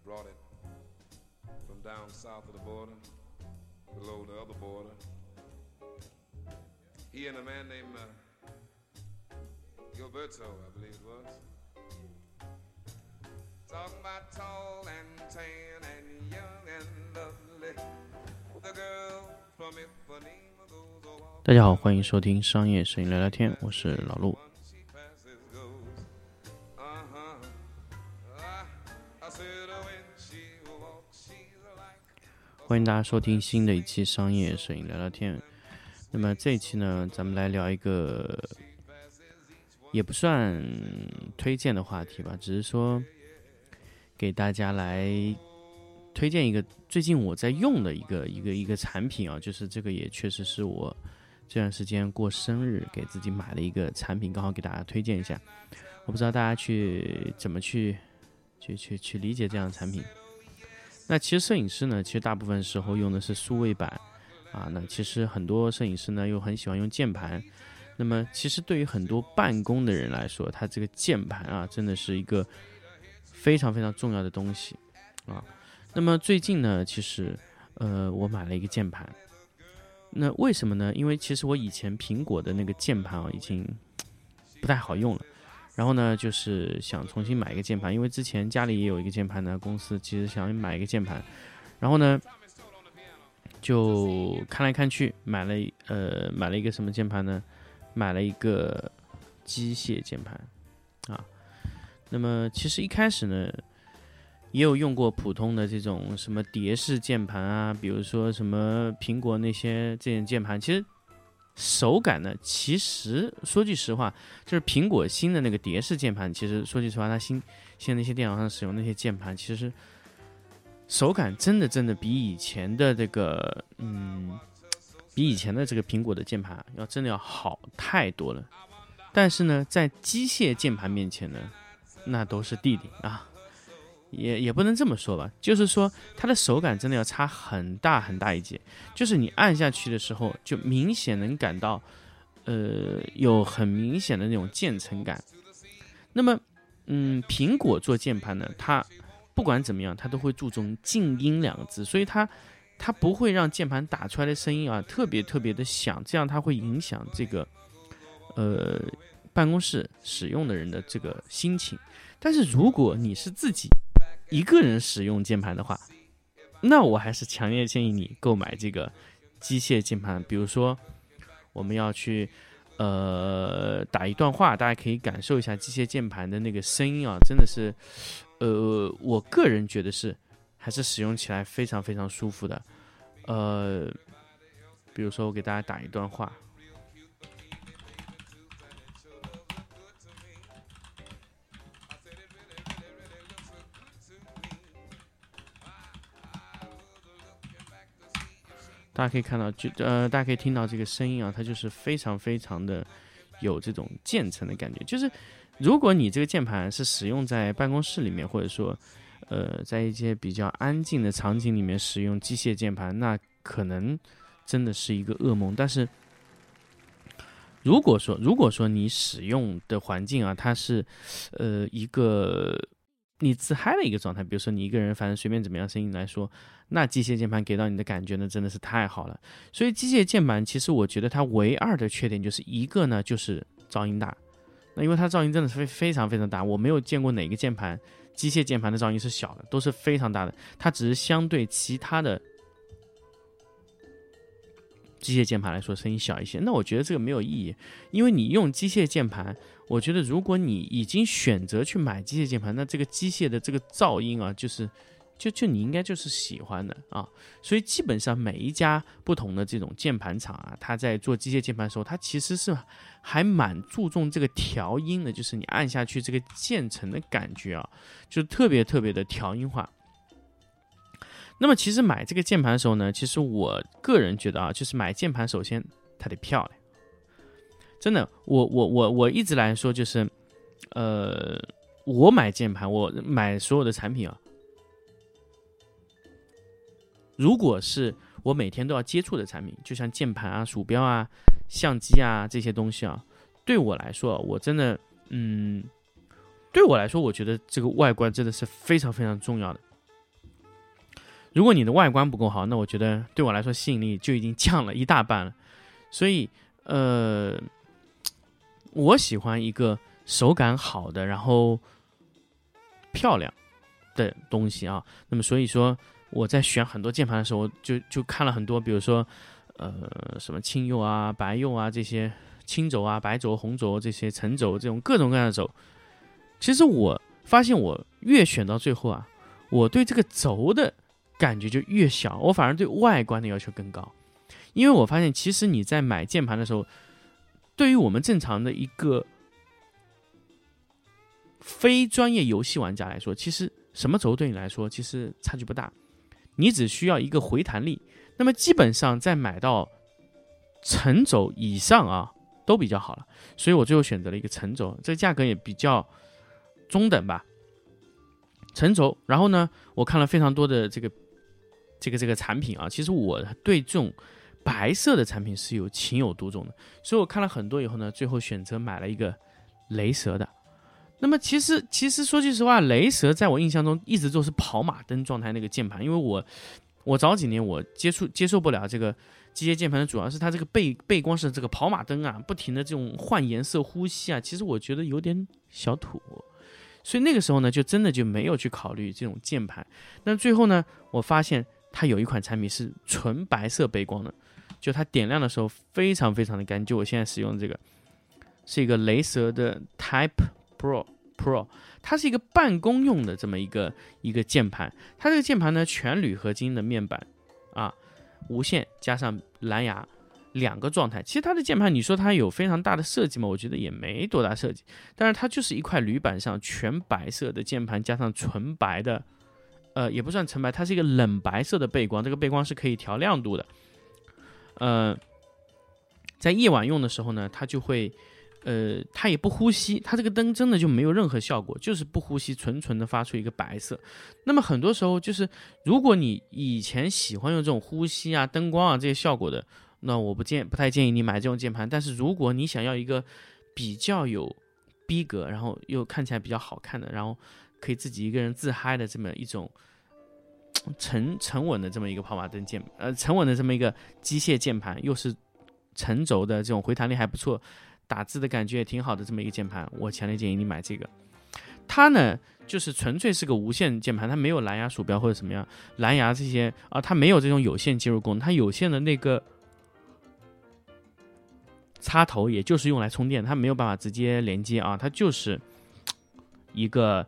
brought it from down south of the border, below the other border. He and a man named Gilberto, I believe it was. Talking about tall and tan and young and lovely. The girl from Ipanema goes over. 大家好，欢迎收听商业摄影聊聊天，我是老陆。欢迎大家收听新的一期商业摄影聊聊天。那么这一期呢，咱们来聊一个也不算推荐的话题吧，只是说给大家来推荐一个最近我在用的一个产品啊，就是这个也确实是我这段时间过生日给自己买的一个产品，刚好给大家推荐一下。我不知道大家怎么去理解这样的产品。那其实摄影师呢，其实大部分时候用的是数位板啊。那其实很多摄影师呢又很喜欢用键盘。那么其实对于很多办公的人来说，它这个键盘啊，真的是一个非常非常重要的东西啊。那么最近呢，其实我买了一个键盘。那为什么呢？因为其实我以前苹果的那个键盘啊，已经不太好用了。然后呢，就是想重新买一个键盘，因为之前家里也有一个键盘呢，公司其实想买一个键盘，然后呢，就看来看去，买了一个什么键盘呢？买了一个机械键盘啊。那么其实一开始呢，也有用过普通的这种什么蝶式键盘啊，比如说什么苹果那些这种键盘，其实手感呢，其实说句实话，就是苹果新的那个蝶式键盘，其实说句实话，它现在那些电脑上使用那些键盘，其实手感真的比以前的这个苹果的键盘真的要好太多了。但是呢，在机械键盘面前呢，那都是弟弟啊。也不能这么说吧，就是说它的手感真的要差很大很大一截，就是你按下去的时候，就明显能感到，有很明显的那种渐层感。那么，苹果做键盘呢，它不管怎么样，它都会注重静音两个字，所以它不会让键盘打出来的声音啊特别的响，这样它会影响这个，办公室使用的人的这个心情。但是如果你是自己一个人使用键盘的话，那我还是强烈建议你购买这个机械键盘。比如说我们要去打一段话，大家可以感受一下机械键盘的那个声音啊，真的是我个人觉得是还是使用起来非常非常舒服的。比如说我给大家打一段话，大家可以看到，大家可以听到这个声音啊，它就是非常非常的有这种渐层的感觉。就是如果你这个键盘是使用在办公室里面，或者说在一些比较安静的场景里面使用机械键盘，那可能真的是一个噩梦。但是如果说你使用的环境啊，它是一个你自嗨的一个状态，比如说你一个人反正随便怎么样声音来说，那机械键盘给到你的感觉呢，真的是太好了。所以机械键盘其实我觉得它唯二的缺点就是一个呢，就是噪音大。那因为它噪音真的是非常非常大，我没有见过哪个键盘机械键盘的噪音是小的，都是非常大的。它只是相对其他的机械键盘来说声音小一些，那我觉得这个没有意义。因为你用机械键盘，我觉得如果你已经选择去买机械键盘，那这个机械的这个噪音啊，就你应该就是喜欢的啊。所以基本上每一家不同的这种键盘厂啊，它在做机械键盘的时候，它其实是还蛮注重这个调音的，就是你按下去这个渐层的感觉啊，就特别的调音化。那么其实买这个键盘的时候呢，其实我个人觉得啊，就是买键盘首先它得漂亮。真的，我一直来说就是，我买键盘，我买所有的产品啊，如果是我每天都要接触的产品，就像键盘啊、鼠标啊、相机啊这些东西啊，对我来说，我真的，对我来说，我觉得这个外观真的是非常非常重要的。 如果你的外观不够好，那我觉得对我来说吸引力就已经降了一大半了。所以我喜欢一个手感好的，然后漂亮的东西啊。那么所以说我在选很多键盘的时候，就看了很多，比如说什么青釉啊、白釉啊这些，青轴啊、白轴、红轴这些橙轴，这种各种各样的轴。其实我发现我越选到最后啊，我对这个轴的感觉就越小，我反而对外观的要求更高。因为我发现其实你在买键盘的时候，对于我们正常的一个非专业游戏玩家来说，其实什么轴对你来说其实差距不大，你只需要一个回弹力。那么基本上在买到橙轴以上啊都比较好了，所以我最后选择了一个橙轴，这个价格也比较中等吧，橙轴。然后呢，我看了非常多的这个产品啊，其实我对这种白色的产品是有情有独钟的，所以我看了很多以后呢，最后选择买了一个雷蛇的。那么其实说句实话，雷蛇在我印象中一直都是跑马灯状态那个键盘，因为我早几年我接受不了这个机械键盘的，主要是它这个背光是这个跑马灯啊，不停的这种换颜色呼吸啊，其实我觉得有点小土，所以那个时候呢，就真的就没有去考虑这种键盘。那最后呢，我发现它有一款产品是纯白色背光的，就它点亮的时候非常非常的干净。就我现在使用的这个是一个雷蛇的 Type Pro， 它是一个办公用的这么一个键盘。它这个键盘呢，全铝合金的面板啊，无线加上蓝牙两个状态。其实它的键盘你说它有非常大的设计吗？我觉得也没多大设计，但是它就是一块铝板上全白色的键盘加上纯白的也不算纯白，它是一个冷白色的背光，这个背光是可以调亮度的。在夜晚用的时候呢，它就会它也不呼吸，它这个灯真的就没有任何效果，就是不呼吸，纯纯的发出一个白色。那么很多时候就是，如果你以前喜欢用这种呼吸啊、灯光啊这些效果的，那我不太建议你买这种键盘。但是如果你想要一个比较有逼格，然后又看起来比较好看的，然后可以自己一个人自嗨的这么一种沉稳的这么一个跑马灯沉稳的这么一个机械键盘，又是沉轴的这种回弹力还不错，打字的感觉也挺好的这么一个键盘，我强烈建议你买这个。它呢就是纯粹是个无线键盘，它没有蓝牙鼠标或者什么样，蓝牙这些啊，它没有这种有线接入功能，它有线的那个插头也就是用来充电，它没有办法直接连接啊，它就是一个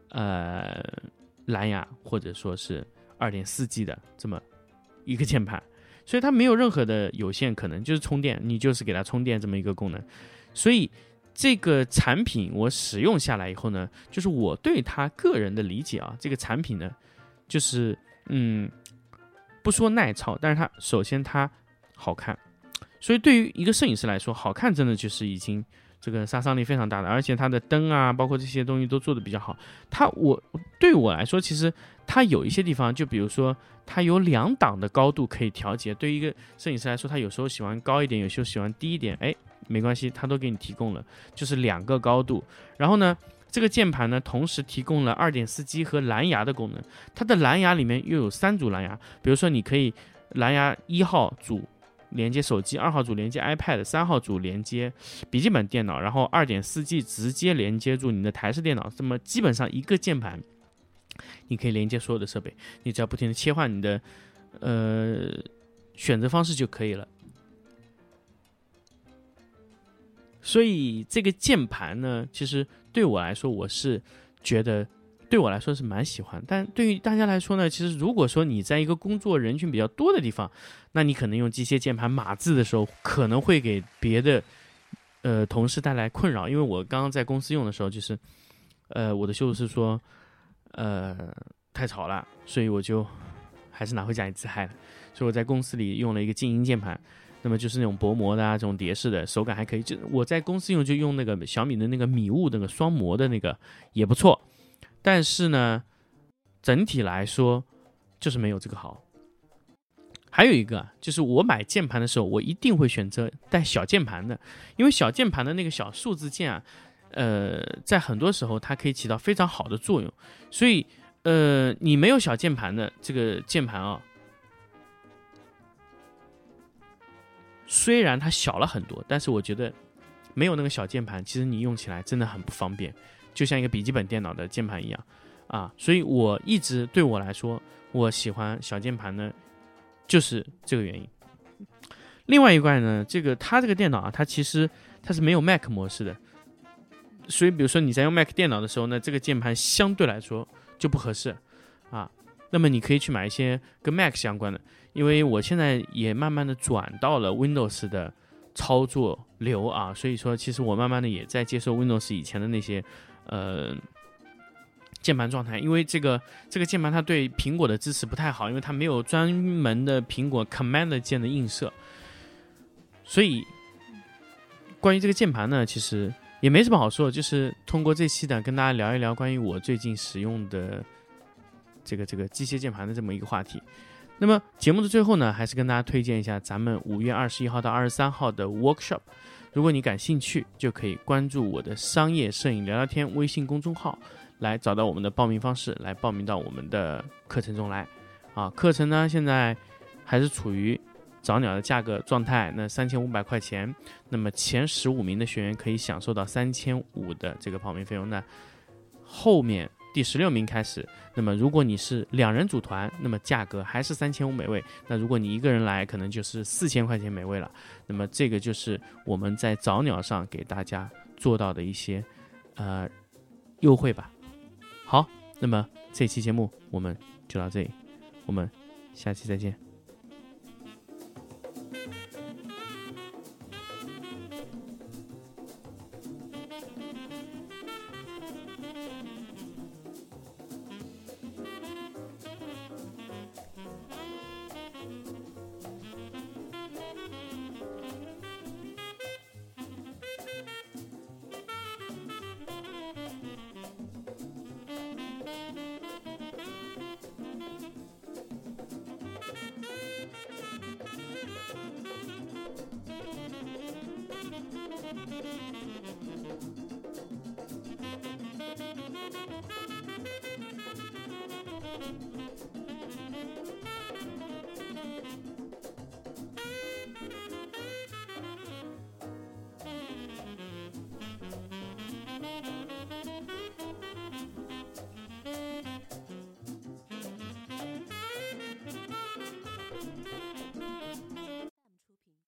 蓝牙或者说是 2.4G 的这么一个键盘，所以它没有任何的有线可能，就是充电，你就是给它充电这么一个功能。所以这个产品我使用下来以后呢，就是我对它个人的理解啊，这个产品呢，就是不说耐操，但是它首先它好看，所以对于一个摄影师来说，好看真的就是已经这个杀伤力非常大的，而且它的灯啊，包括这些东西都做得比较好。对我来说，其实它有一些地方，就比如说它有2档的高度可以调节。对于一个摄影师来说，他有时候喜欢高一点，有时候喜欢低一点，没关系，它都给你提供了，就是2个高度。然后呢，这个键盘呢，同时提供了 2.4G 和蓝牙的功能。它的蓝牙里面又有3组蓝牙，比如说你可以蓝牙1号组连接手机，2号组连接 iPad， 3号组连接笔记本电脑，然后 2.4G 直接连接住你的台式电脑。这么基本上一个键盘你可以连接所有的设备，你只要不停的切换你的选择方式就可以了。所以这个键盘呢，其实对我来说，我是觉得对我来说是蛮喜欢。但对于大家来说呢，其实如果说你在一个工作人群比较多的地方，那你可能用机械键盘码字的时候，可能会给别的同事带来困扰。因为我刚刚在公司用的时候，就是我的修图师说太吵了，所以我就还是拿回家里自嗨了。所以我在公司里用了一个静音键盘，那么就是那种薄膜的啊，这种叠式的，手感还可以。就我在公司用就用那个小米的那个米雾那个双模的那个也不错，但是呢，整体来说就是没有这个好。还有一个就是我买键盘的时候，我一定会选择带小键盘的，因为小键盘的那个小数字键啊，在很多时候它可以起到非常好的作用。所以你没有小键盘的这个键盘啊，虽然它小了很多，但是我觉得没有那个小键盘，其实你用起来真的很不方便，就像一个笔记本电脑的键盘一样啊。所以我一直对我来说，我喜欢小键盘呢，就是这个原因。另外一块呢，它这个电脑啊，它其实它是没有 Mac 模式的，所以比如说你在用 Mac 电脑的时候呢，这个键盘相对来说就不合适啊。那么你可以去买一些跟 Mac 相关的，因为我现在也慢慢的转到了 Windows 的操作流啊，所以说其实我慢慢的也在接受 Windows 以前的那些键盘状态，因为这个键盘它对苹果的支持不太好，因为它没有专门的苹果 Command 键的映射，所以关于这个键盘呢，其实也没什么好说，就是通过这期呢跟大家聊一聊关于我最近使用的这个机械键盘的这么一个话题。那么节目的最后呢，还是跟大家推荐一下咱们5月21号到23号的 workshop， 如果你感兴趣，就可以关注我的商业摄影聊聊天微信公众号，来找到我们的报名方式，来报名到我们的课程中来啊。课程呢现在还是处于早鸟的价格状态，那3500块钱，那么前15名的学员可以享受到3500的这个报名费用。那后面第16名开始，那么如果你是2人组团，那么价格还是3500每位，那如果你一个人来，可能就是4000块钱每位了。那么这个就是我们在早鸟上给大家做到的一些优惠吧。好，那么这期节目我们就到这里，我们下期再见。